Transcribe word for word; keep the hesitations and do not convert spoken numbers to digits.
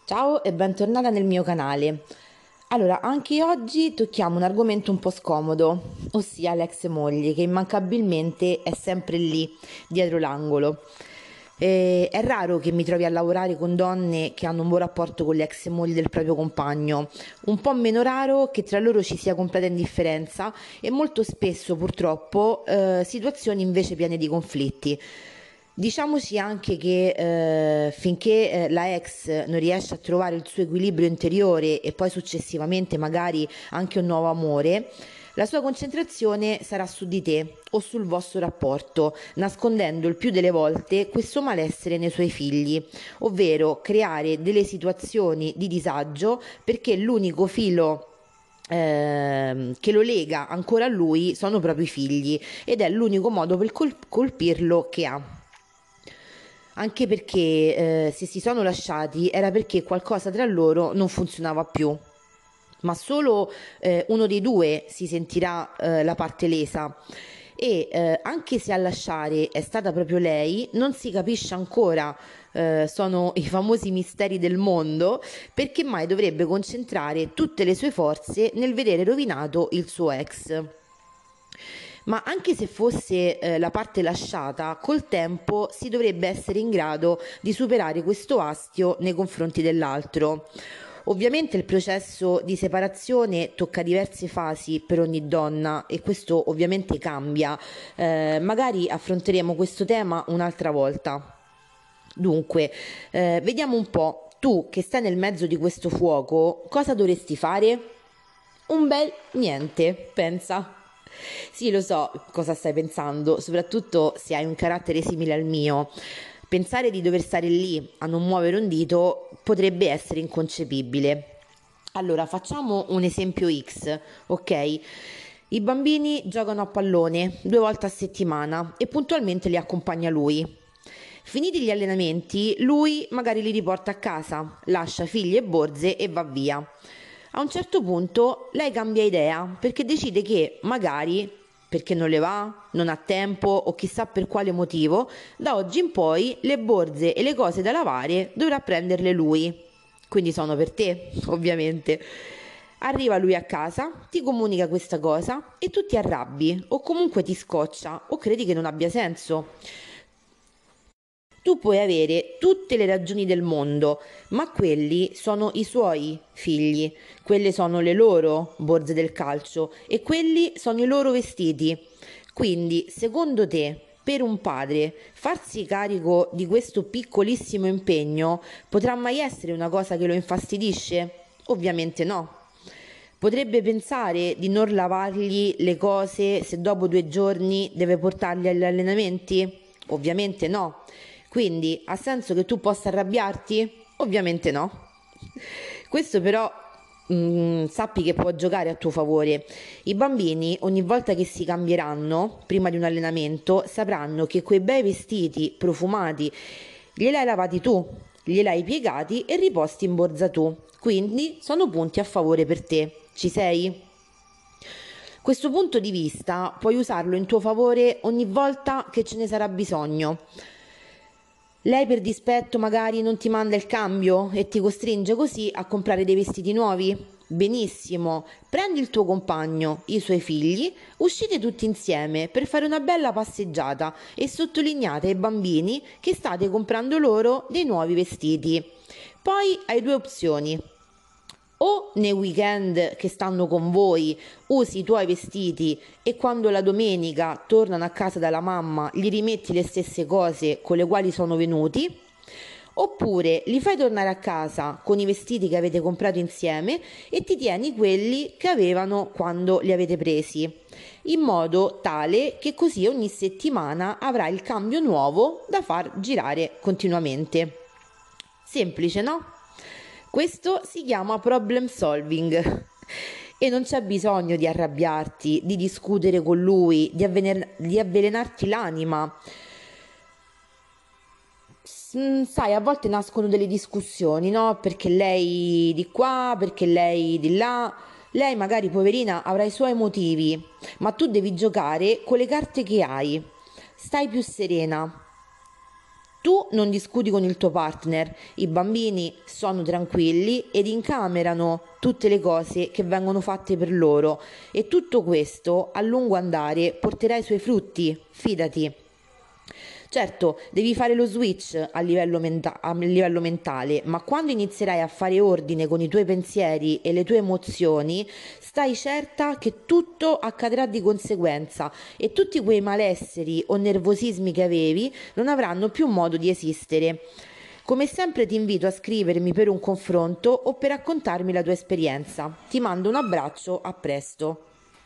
Ciao e bentornata nel mio canale. Allora, anche oggi tocchiamo un argomento un po' scomodo, ossia l'ex moglie che immancabilmente è sempre lì, dietro l'angolo. E è raro che mi trovi a lavorare con donne che hanno un buon rapporto con le ex mogli del proprio compagno, un po' meno raro che tra loro ci sia completa indifferenza e molto spesso purtroppo eh, situazioni invece piene di conflitti. Diciamoci anche che eh, finché eh, la ex non riesce a trovare il suo equilibrio interiore e poi successivamente magari anche un nuovo amore, la sua concentrazione sarà su di te o sul vostro rapporto, nascondendo il più delle volte questo malessere nei suoi figli, ovvero creare delle situazioni di disagio perché l'unico filo ehm, che lo lega ancora a lui sono proprio i figli ed è l'unico modo per col- colpirlo che ha. Anche perché eh, se si sono lasciati era perché qualcosa tra loro non funzionava più. Ma solo eh, uno dei due si sentirà eh, la parte lesa. E eh, anche se a lasciare è stata proprio lei, non si capisce ancora, eh, sono i famosi misteri del mondo, perché mai dovrebbe concentrare tutte le sue forze nel vedere rovinato il suo ex. Ma anche se fosse eh, la parte lasciata, col tempo si dovrebbe essere in grado di superare questo astio nei confronti dell'altro. Ovviamente il processo di separazione tocca diverse fasi per ogni donna e questo ovviamente cambia. Eh, magari affronteremo questo tema un'altra volta. Dunque, eh, vediamo un po', tu che stai nel mezzo di questo fuoco, cosa dovresti fare? Un bel niente, pensa. Sì, lo so cosa stai pensando, soprattutto se hai un carattere simile al mio. Pensare di dover stare lì a non muovere un dito potrebbe essere inconcepibile. Allora, facciamo un esempio X, ok? I bambini giocano a pallone due volte a settimana e puntualmente li accompagna lui. Finiti gli allenamenti, lui magari li riporta a casa, lascia figli e borse e va via. A un certo punto lei cambia idea perché decide che magari, perché non le va, non ha tempo o chissà per quale motivo, da oggi in poi le borse e le cose da lavare dovrà prenderle lui. Quindi sono per te, ovviamente. Arriva lui a casa, ti comunica questa cosa e tu ti arrabbi o comunque ti scoccia o credi che non abbia senso. Tu puoi avere tutte le ragioni del mondo, ma quelli sono i suoi figli, quelle sono le loro borse del calcio e quelli sono i loro vestiti. Quindi, secondo te, per un padre, farsi carico di questo piccolissimo impegno potrà mai essere una cosa che lo infastidisce? Ovviamente no. Potrebbe pensare di non lavargli le cose se dopo due giorni deve portarli agli allenamenti? Ovviamente no. Quindi ha senso che tu possa arrabbiarti? Ovviamente no. Questo però mm, sappi che può giocare a tuo favore. I bambini ogni volta che si cambieranno prima di un allenamento sapranno che quei bei vestiti profumati glieli hai lavati tu, glieli hai piegati e riposti in borsa tu. Quindi sono punti a favore per te. Ci sei? Questo punto di vista puoi usarlo in tuo favore ogni volta che ce ne sarà bisogno. Lei per dispetto magari non ti manda il cambio e ti costringe così a comprare dei vestiti nuovi? Benissimo, prendi il tuo compagno, i suoi figli, uscite tutti insieme per fare una bella passeggiata e sottolineate ai bambini che state comprando loro dei nuovi vestiti. Poi hai due opzioni. O nei weekend che stanno con voi usi i tuoi vestiti e quando la domenica tornano a casa dalla mamma gli rimetti le stesse cose con le quali sono venuti, oppure li fai tornare a casa con i vestiti che avete comprato insieme e ti tieni quelli che avevano quando li avete presi, in modo tale che così ogni settimana avrai il cambio nuovo da far girare continuamente. Semplice, no? Questo si chiama problem solving e non c'è bisogno di arrabbiarti, di discutere con lui, di, avvelen- di avvelenarti l'anima. S- Sai, a volte nascono delle discussioni, no? Perché lei di qua, perché lei di là. Lei magari, poverina, avrà i suoi motivi, ma tu devi giocare con le carte che hai. Stai più serena. Tu non discuti con il tuo partner, i bambini sono tranquilli ed incamerano tutte le cose che vengono fatte per loro e tutto questo a lungo andare porterà i suoi frutti, fidati. Certo, devi fare lo switch a livello, menta- a livello mentale, ma quando inizierai a fare ordine con i tuoi pensieri e le tue emozioni, stai certa che tutto accadrà di conseguenza e tutti quei malesseri o nervosismi che avevi non avranno più modo di esistere. Come sempre ti invito a scrivermi per un confronto o per raccontarmi la tua esperienza. Ti mando un abbraccio, a presto.